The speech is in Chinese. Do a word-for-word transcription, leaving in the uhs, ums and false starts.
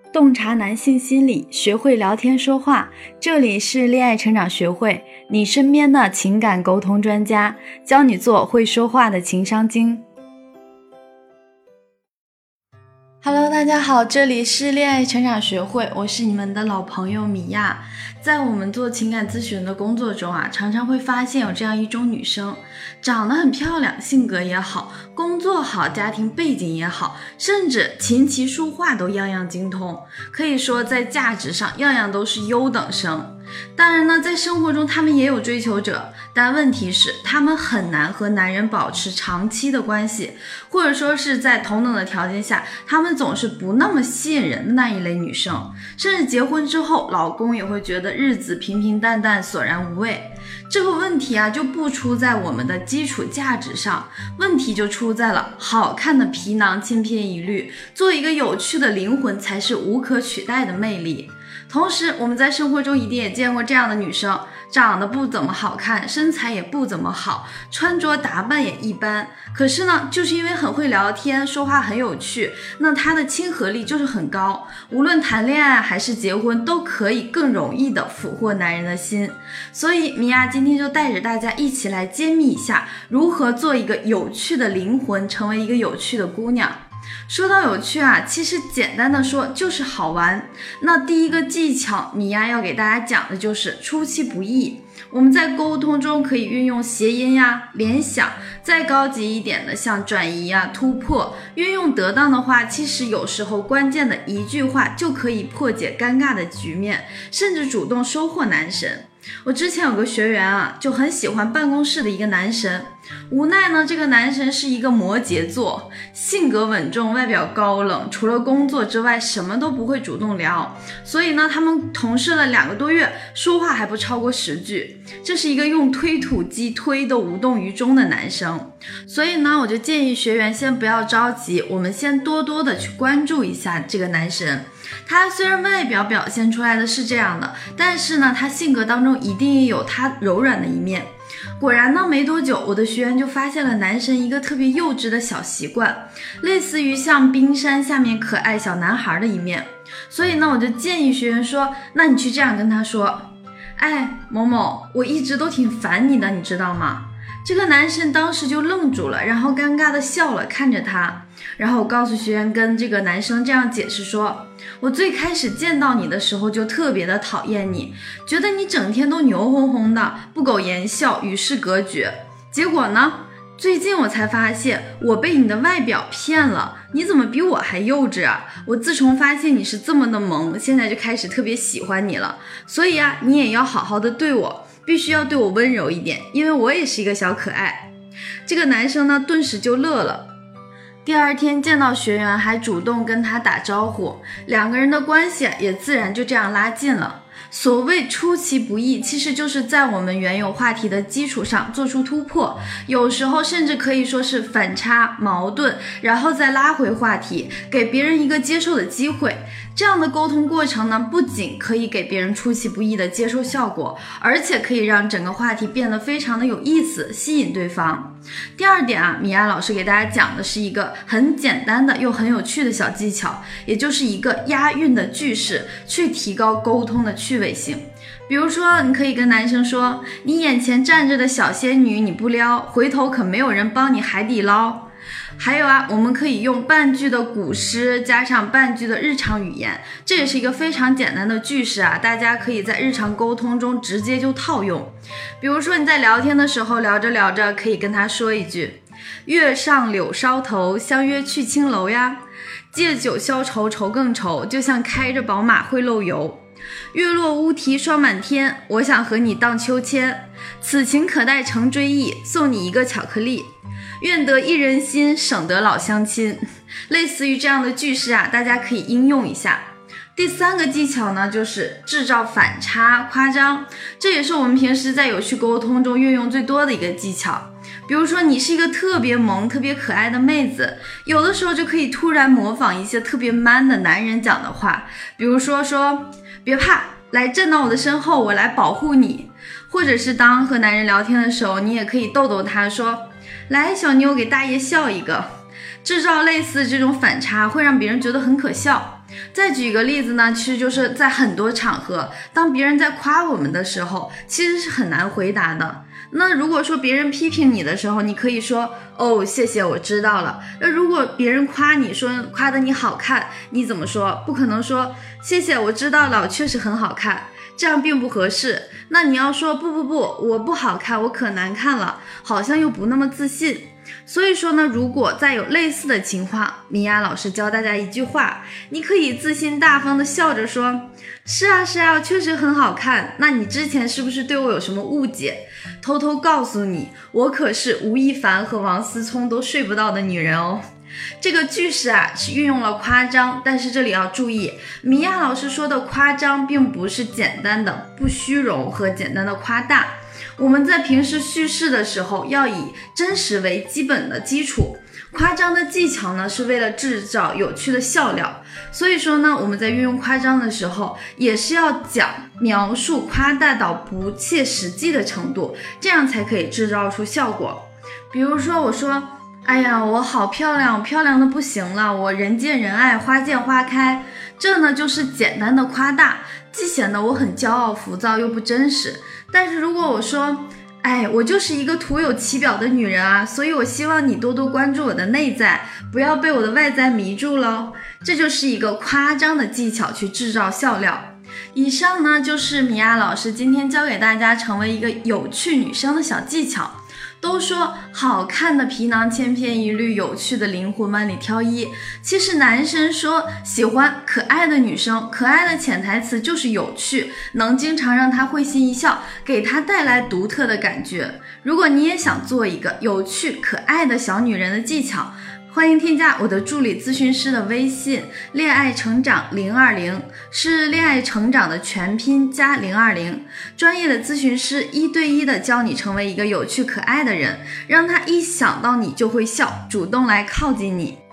洞察男性心理，学会聊天说话。这里是恋爱成长学会，你身边的情感沟通专家，教你做会说话的情商精。Hello， 大家好，这里是恋爱成长学会，我是你们的老朋友米娅。在我们做情感咨询的工作中啊，常常会发现有这样一种女生，长得很漂亮，性格也好，工作好，家庭背景也好，甚至琴棋书画都样样精通，可以说在价值上样样都是优等生。当然呢，在生活中他们也有追求者，但问题是他们很难和男人保持长期的关系，或者说是在同等的条件下，他们总是不那么吸引人的那一类女生，甚至结婚之后老公也会觉得日子平平淡淡，索然无味。这个问题啊，就不出在我们的基础价值上，问题就出在了好看的皮囊千篇一律，做一个有趣的灵魂才是无可取代的魅力。同时我们在生活中一定也见过这样的女生，长得不怎么好看，身材也不怎么好，穿着打扮也一般，可是呢就是因为很会聊天，说话很有趣，那她的亲和力就是很高，无论谈恋爱还是结婚都可以更容易的俘获男人的心。所以米娅今天就带着大家一起来揭秘一下如何做一个有趣的灵魂，成为一个有趣的姑娘。说到有趣啊，其实简单的说就是好玩。那第一个技巧，米娅要给大家讲的就是出其不意。我们在沟通中可以运用谐音呀、联想，再高级一点的像转移呀、突破，运用得当的话，其实有时候关键的一句话就可以破解尴尬的局面，甚至主动收获男神。我之前有个学员啊，就很喜欢办公室的一个男神，无奈呢这个男神是一个摩羯座，性格稳重，外表高冷，除了工作之外什么都不会主动聊，所以呢他们同事了两个多月，说话还不超过十句，这是一个用推土机推都无动于衷的男生。所以呢我就建议学员先不要着急，我们先多多的去关注一下这个男神。他虽然外表表现出来的是这样的，但是呢他性格当中一定也有他柔软的一面。果然呢没多久，我的学员就发现了男神一个特别幼稚的小习惯，类似于像冰山下面可爱小男孩的一面。所以呢我就建议学员说，那你去这样跟他说，哎某某，我一直都挺烦你的，你知道吗？这个男生当时就愣住了，然后尴尬的笑了，看着他。然后我告诉学员跟这个男生这样解释说，我最开始见到你的时候就特别的讨厌你，觉得你整天都牛哄哄的，不苟言笑，与世隔绝。结果呢，最近我才发现我被你的外表骗了，你怎么比我还幼稚啊？我自从发现你是这么的萌，现在就开始特别喜欢你了。所以啊，你也要好好的对我，必须要对我温柔一点，因为我也是一个小可爱。这个男生呢顿时就乐了，第二天见到学员还主动跟他打招呼，两个人的关系也自然就这样拉近了。所谓出其不意，其实就是在我们原有话题的基础上做出突破，有时候甚至可以说是反差矛盾，然后再拉回话题，给别人一个接受的机会。这样的沟通过程呢，不仅可以给别人出其不意的接受效果，而且可以让整个话题变得非常的有意思，吸引对方。第二点啊，米娅老师给大家讲的是一个很简单的又很有趣的小技巧，也就是一个押韵的句式，去提高沟通的趣味性。比如说你可以跟男生说，你眼前站着的小仙女你不撩，回头可没有人帮你海底捞。还有啊，我们可以用半句的古诗加上半句的日常语言，这也是一个非常简单的句式啊，大家可以在日常沟通中直接就套用。比如说你在聊天的时候，聊着聊着可以跟他说一句，月上柳梢头，相约去青楼呀，借酒消愁愁更愁，就像开着宝马会漏油。月落乌啼霜满天，我想和你荡秋千，此情可待成追忆，送你一个巧克力，愿得一人心，省得老乡亲。类似于这样的句式啊，大家可以应用一下。第三个技巧呢，就是制造反差夸张，这也是我们平时在有趣沟通中运用最多的一个技巧。比如说你是一个特别萌特别可爱的妹子，有的时候就可以突然模仿一些特别 man 的男人讲的话，比如说说别怕，来站到我的身后，我来保护你。或者是当和男人聊天的时候，你也可以逗逗他说，来小妞给大爷笑一个。制造类似这种反差会让别人觉得很可笑。 再举一个例子呢，其实就是在很多场合，当别人在夸我们的时候，其实是很难回答的。那如果说别人批评你的时候，你可以说哦，谢谢，我知道了。那如果别人夸你说夸得你好看，你怎么说？不可能说谢谢，我知道了，我确实很好看，这样并不合适。那你要说不不不，我不好看，我可难看了，好像又不那么自信。所以说呢，如果再有类似的情况，米娅老师教大家一句话，你可以自信大方的笑着说，是啊是啊，确实很好看，那你之前是不是对我有什么误解？偷偷告诉你，我可是吴亦凡和王思聪都睡不到的女人哦。这个句式啊是运用了夸张，但是这里要注意，米娅老师说的夸张并不是简单的不虚荣和简单的夸大。我们在平时叙事的时候要以真实为基本的基础，夸张的技巧呢是为了制造有趣的笑料。所以说呢，我们在运用夸张的时候也是要讲描述夸大到不切实际的程度，这样才可以制造出效果。比如说我说，哎呀，我好漂亮，我漂亮的不行了，我人见人爱，花见花开，这呢就是简单的夸大，既显得我很骄傲浮躁又不真实。但是如果我说，哎，我就是一个徒有其表的女人啊，所以我希望你多多关注我的内在，不要被我的外在迷住了，这就是一个夸张的技巧去制造笑料。以上呢就是米娅老师今天教给大家成为一个有趣女生的小技巧。都说好看的皮囊千篇一律，有趣的灵魂万里挑一。其实男生说喜欢可爱的女生，可爱的潜台词就是有趣，能经常让他会心一笑，给他带来独特的感觉。如果你也想做一个有趣可爱的小女人的技巧，欢迎添加我的助理咨询师的微信恋爱成长零二零，是恋爱成长的全拼加零二零，专业的咨询师一对一的教你成为一个有趣可爱的人，让他一想到你就会笑，主动来靠近你。